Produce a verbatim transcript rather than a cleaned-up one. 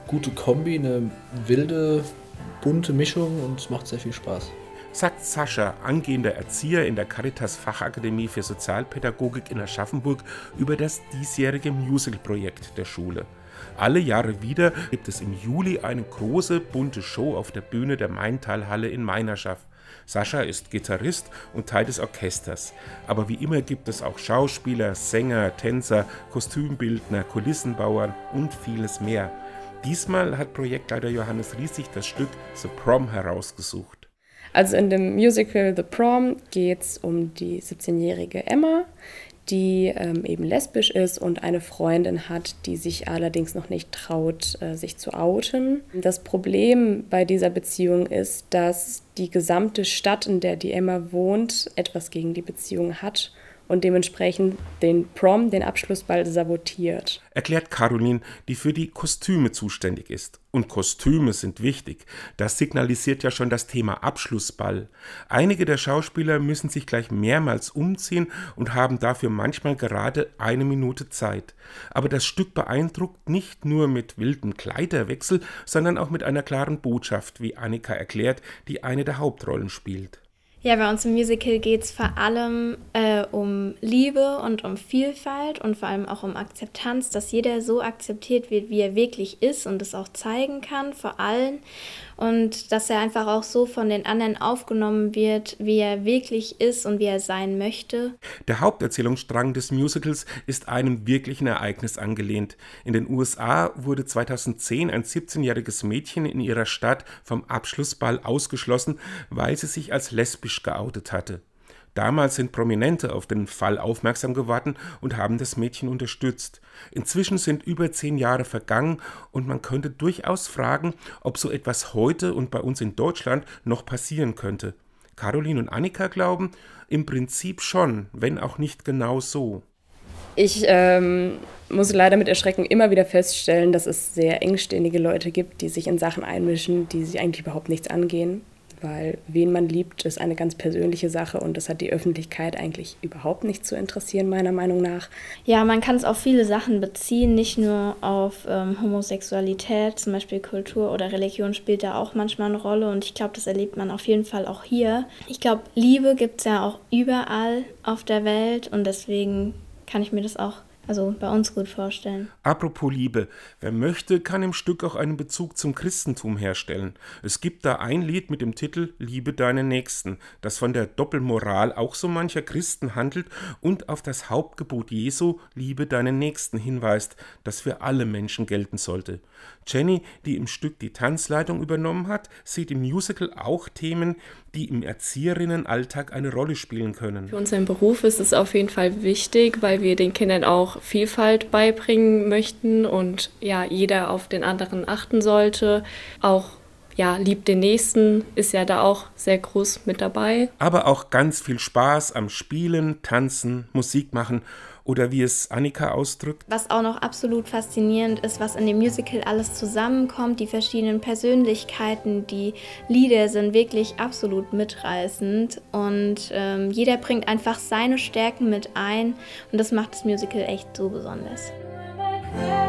gute Kombi, eine wilde, bunte Mischung und es macht sehr viel Spaß. Sagt Sascha, angehender Erzieher in der Caritas Fachakademie für Sozialpädagogik in Aschaffenburg, über das diesjährige Musical-Projekt der Schule. Alle Jahre wieder gibt es im Juli eine große, bunte Show auf der Bühne der Maintalhalle in Meinerschaft. Sascha ist Gitarrist und Teil des Orchesters. Aber wie immer gibt es auch Schauspieler, Sänger, Tänzer, Kostümbildner, Kulissenbauer und vieles mehr. Diesmal hat Projektleiter Johannes Riesig das Stück The Prom herausgesucht. Also in dem Musical The Prom geht es um die siebzehnjährige Emma, die ähm, eben lesbisch ist und eine Freundin hat, die sich allerdings noch nicht traut, äh, sich zu outen. Das Problem bei dieser Beziehung ist, dass die gesamte Stadt, in der die Emma wohnt, etwas gegen die Beziehung hat und dementsprechend den Prom, den Abschlussball, sabotiert. Erklärt Caroline, die für die Kostüme zuständig ist. Und Kostüme sind wichtig. Das signalisiert ja schon das Thema Abschlussball. Einige der Schauspieler müssen sich gleich mehrmals umziehen und haben dafür manchmal gerade eine Minute Zeit. Aber das Stück beeindruckt nicht nur mit wilden Kleiderwechsel, sondern auch mit einer klaren Botschaft, wie Annika erklärt, die eine der Hauptrollen spielt. Ja, bei uns im Musical geht es vor allem äh, um Liebe und um Vielfalt und vor allem auch um Akzeptanz, dass jeder so akzeptiert wird, wie er wirklich ist und es auch zeigen kann vor allen und dass er einfach auch so von den anderen aufgenommen wird, wie er wirklich ist und wie er sein möchte. Der Haupterzählungsstrang des Musicals ist einem wirklichen Ereignis angelehnt. In den U S A wurde zweitausendzehn ein siebzehnjähriges Mädchen in ihrer Stadt vom Abschlussball ausgeschlossen, weil sie sich als lesbisch geoutet hatte. Damals sind Prominente auf den Fall aufmerksam geworden und haben das Mädchen unterstützt. Inzwischen sind über zehn Jahre vergangen und man könnte durchaus fragen, ob so etwas heute und bei uns in Deutschland noch passieren könnte. Caroline und Annika glauben, im Prinzip schon, wenn auch nicht genau so. Ich ähm, muss leider mit Erschrecken immer wieder feststellen, dass es sehr engständige Leute gibt, die sich in Sachen einmischen, die sich eigentlich überhaupt nichts angehen. Weil wen man liebt, ist eine ganz persönliche Sache und das hat die Öffentlichkeit eigentlich überhaupt nicht zu interessieren, meiner Meinung nach. Ja, man kann es auf viele Sachen beziehen, nicht nur auf ähm, Homosexualität, zum Beispiel Kultur oder Religion spielt da auch manchmal eine Rolle und ich glaube, das erlebt man auf jeden Fall auch hier. Ich glaube, Liebe gibt es ja auch überall auf der Welt und deswegen kann ich mir das auch also bei uns gut vorstellen. Apropos Liebe, wer möchte, kann im Stück auch einen Bezug zum Christentum herstellen. Es gibt da ein Lied mit dem Titel Liebe deinen Nächsten, das von der Doppelmoral auch so mancher Christen handelt und auf das Hauptgebot Jesu, Liebe deinen Nächsten, hinweist, das für alle Menschen gelten sollte. Jenny, die im Stück die Tanzleitung übernommen hat, sieht im Musical auch Themen, die im Erzieherinnenalltag eine Rolle spielen können. Für unseren Beruf ist es auf jeden Fall wichtig, weil wir den Kindern auch Vielfalt beibringen möchten und ja, jeder auf den anderen achten sollte. Auch ja, liebt den Nächsten ist ja da auch sehr groß mit dabei. Aber auch ganz viel Spaß am Spielen, Tanzen, Musik machen oder wie es Annika ausdrückt. Was auch noch absolut faszinierend ist, was in dem Musical alles zusammenkommt, die verschiedenen Persönlichkeiten, die Lieder sind wirklich absolut mitreißend und ähm, jeder bringt einfach seine Stärken mit ein und das macht das Musical echt so besonders.